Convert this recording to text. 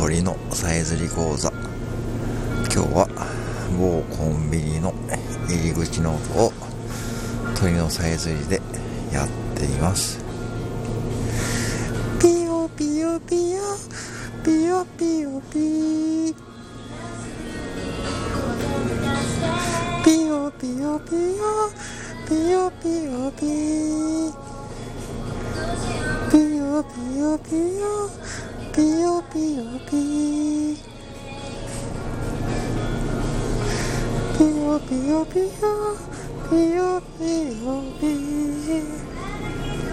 鳥のさえずり講座。今日は某コンビニの入り口の音を鳥のさえずりでやっています。ピヨピヨピヨピヨピヨピーピヨピヨピヨピヨピヨピーピヨピヨピヨピヨピヨピーピヨピヨピヨピヨピヨピー